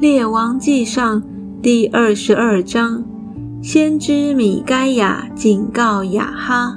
列王纪上第22章，先知米该亚警告亚哈。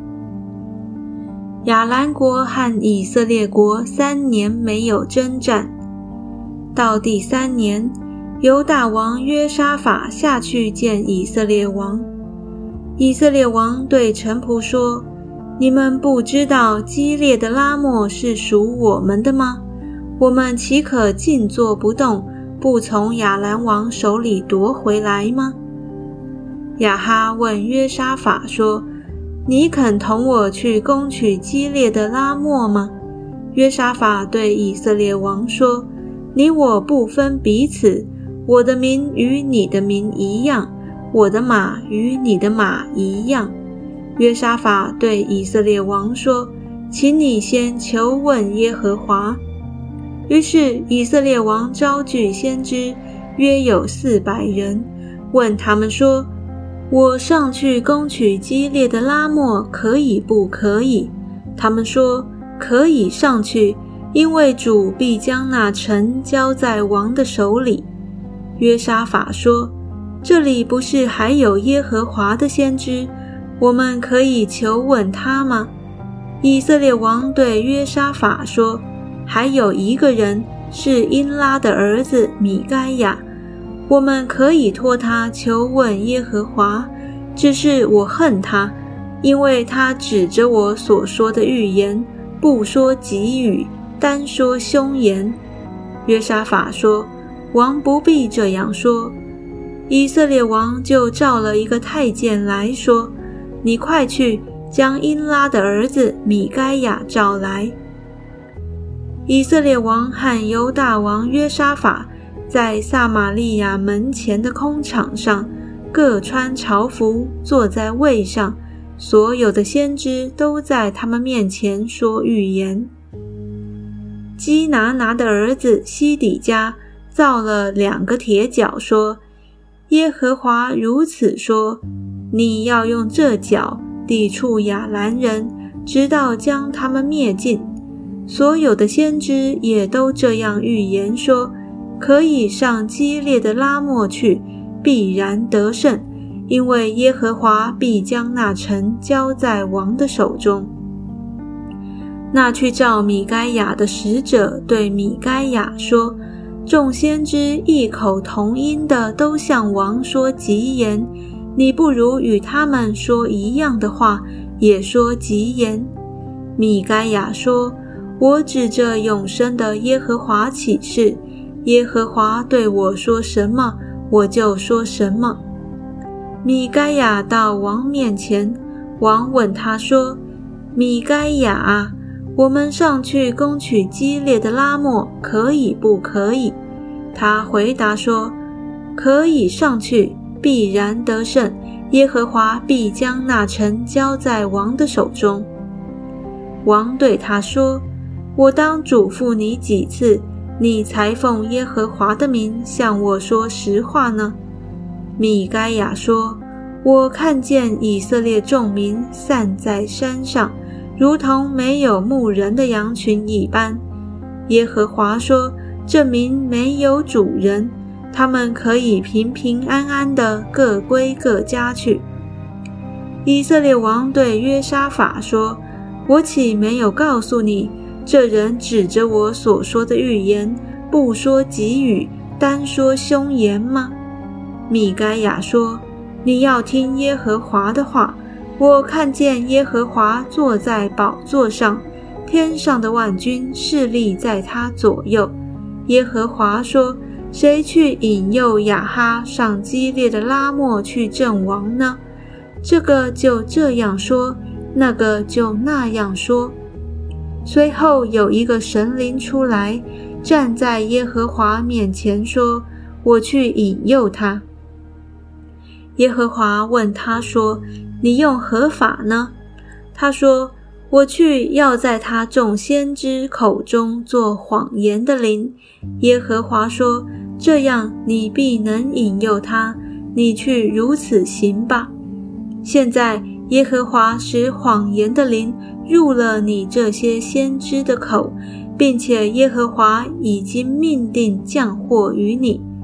亚兰国和以色列国3年没有征战，到第3年，犹大王约沙法下去见以色列王。以色列王对臣仆说：你们不知道基列的拉末是属我们的吗？我们岂可静坐不动，不从亚兰王手里夺回来吗？亚哈问约沙法说：你肯同我去攻取基列的拉末吗？约沙法对以色列王说：你我不分彼此，我的民与你的民一样，我的马与你的马一样。约沙法对以色列王说：请你先求问耶和华。于是以色列王招聚先知，约有400人，问他们说：我上去攻取基列的拉末可以不可以？他们说：可以上去，因为主必将那城交在王的手里。约沙法说：这里不是还有耶和华的先知，我们可以求问他吗？以色列王对约沙法说：还有一个人是因拉的儿子米该亚，我们可以托他求问耶和华，只是我恨他，因为他指着我所说的预言，不说吉语，单说凶言。约沙法说：王不必这样说。以色列王就召了一个太监来说：你快去将因拉的儿子米该亚召来。以色列王和犹大王约沙法在撒玛利亚门前的空场上各穿朝服，坐在位上，所有的先知都在他们面前说预言。基拿拿的儿子西底家造了2个铁角，说：耶和华如此说，你要用这角抵触亚兰人，直到将他们灭尽。所有的先知也都这样预言说，可以上基列的拉末去，必然得胜，因为耶和华必将那城交在王的手中。那去召米该亚的使者对米该亚说：众先知异口同音的都向王说吉言，你不如与他们说一样的话，也说吉言。米该亚说：我指着永生的耶和华起誓，耶和华对我说什么，我就说什么。米该亚到王面前，王问他说：米该亚啊，我们上去攻取基列的拉末可以不可以？他回答说：可以上去，必然得胜，耶和华必将那城交在王的手中。王对他说：我当嘱咐你几次，你才奉耶和华的名向我说实话呢？米该亚说：我看见以色列众民散在山上，如同没有牧人的羊群一般。耶和华说：这民没有主人，他们可以平平安安地各归各家去。以色列王对约沙法说：我岂没有告诉你，这人指着我所说的预言，不说吉语，单说凶言吗？米该亚说：你要听耶和华的话，我看见耶和华坐在宝座上，天上的万军侍立在他左右。耶和华说：谁去引诱亚哈上基列的拉末去阵王呢？这个就这样说，那个就那样说。随后有一个神灵出来，站在耶和华面前说：我去引诱他。耶和华问他说：你用何法呢？他说：我去要在他众先知口中做谎言的灵。耶和华说：这样你必能引诱他，你去如此行吧。现在耶和华使谎言的灵入了你这些先知的口，并且耶和华已经命定降祸于你。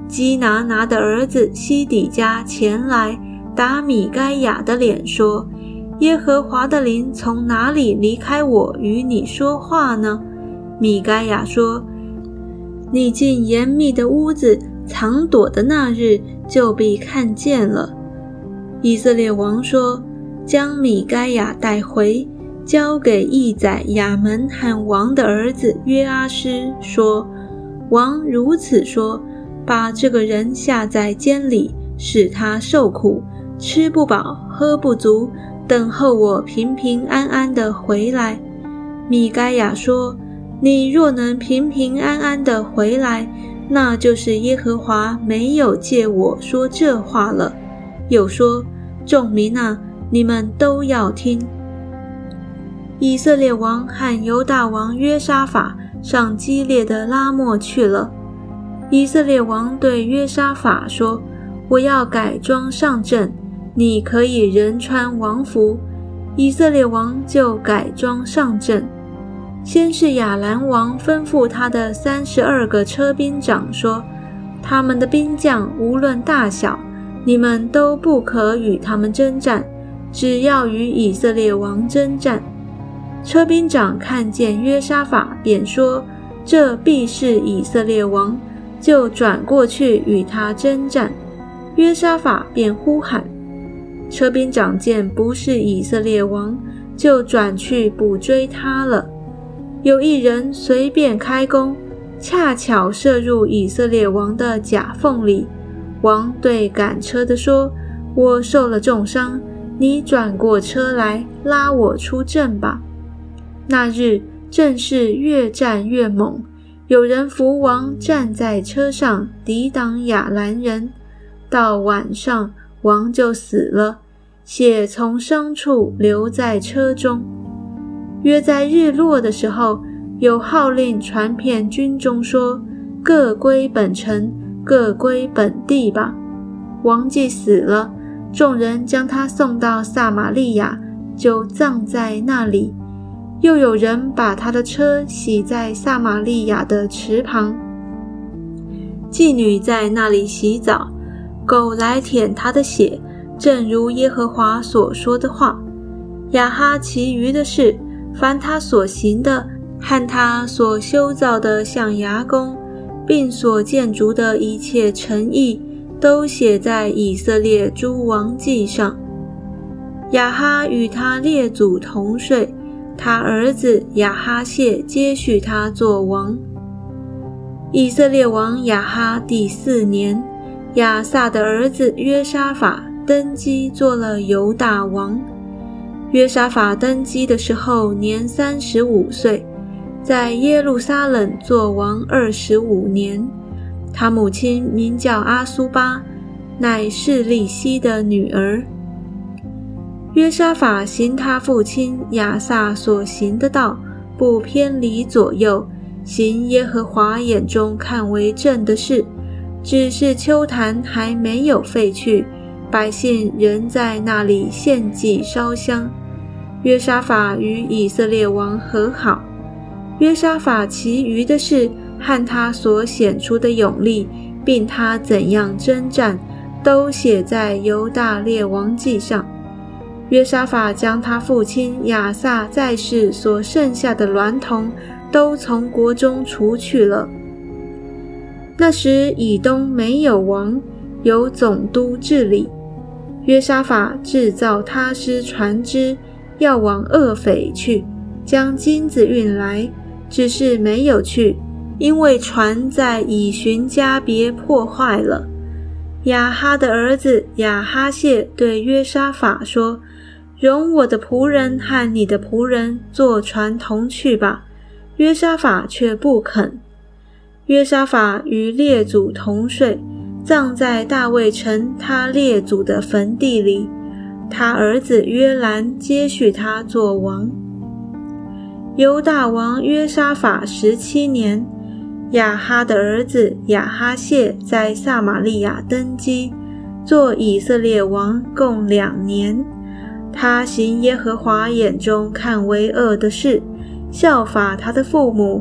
基拿的儿子西底家前来打米该亚的脸说，耶和华的灵从哪里离开我与你说话呢？米该亚说，你进严密的屋子藏躲的那日，就被看见了。以色列王说，将米该亚带回，交给义宰亚门和王的儿子约阿施，说，王如此说，把这个人下在监里，使他受苦，吃不饱，喝不足，等候我平平安安地回来。米该亚说，你若能平平安安地回来，那就是耶和华没有借我说这话了。又说，众民啊，你们都要听。以色列王和犹大王约沙法上基列的拉末去了。以色列王对约沙法说，我要改装上阵，你可以人穿王服。以色列王就改装上阵。先是亚兰王吩咐他的32个车兵长说，他们的兵将无论大小，你们都不可与他们征战，只要与以色列王征战。车兵长看见约沙法，便说，这必是以色列王，就转过去与他征战。约沙法便呼喊。车兵长见不是以色列王，就转去捕追他了。有一人随便开弓，恰巧射入以色列王的甲缝里。王对赶车的说，我受了重伤，你转过车来，拉我出阵吧。那日正是越战越猛，有人扶王站在车上抵挡亚兰人，到晚上王就死了，血从伤处流在车中。约在日落的时候，有号令传遍军中说，各归本城，各归本地吧。王既死了，众人将他送到撒玛利亚，就葬在那里。又有人把他的车洗在撒玛利亚的池旁，妓女在那里洗澡，狗来舔他的血，正如耶和华所说的话。亚哈其余的事，凡他所行的，和他所修造的象牙宫，并所建筑的一切城邑，都写在以色列诸王记上。亚哈与他列祖同睡，他儿子亚哈谢接续他做王。以色列王亚哈第4年，亚撒的儿子约沙法登基做了犹大王。约沙法登基的时候年35岁，在耶路撒冷做王25年。他母亲名叫阿苏巴，乃示利希的女儿。约沙法行他父亲亚撒所行的道，不偏离左右，行耶和华眼中看为正的事，只是丘坛还没有废去，百姓仍在那里献祭烧香。约沙法与以色列王和好。约沙法其余的事和他所显出的勇力，并他怎样征战，都写在犹大列王记上。约沙法将他父亲亚撒在世所剩下的娈童都从国中除去了。那时以东没有王，有总督治理。约沙法制造他施船只，要往厄斐去，将金子运来，只是没有去，因为船在以寻加别破坏了。亚哈的儿子亚哈谢对约沙法说，容我的仆人和你的仆人坐船同去吧。约沙法却不肯。约沙法与列祖同睡，葬在大卫城他列祖的坟地里。他儿子约兰接续他做王。犹大王约沙法17年，亚哈的儿子亚哈谢在撒玛利亚登基，做以色列王共2年。他行耶和华眼中看为恶的事，效法他的父母，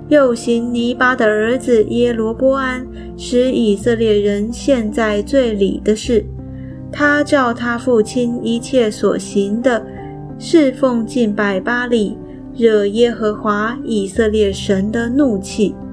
又行尼巴的儿子耶罗波安使以色列人陷在罪里的事，他照他父亲一切所行的，侍奉敬拜巴力，惹耶和华以色列神的怒气。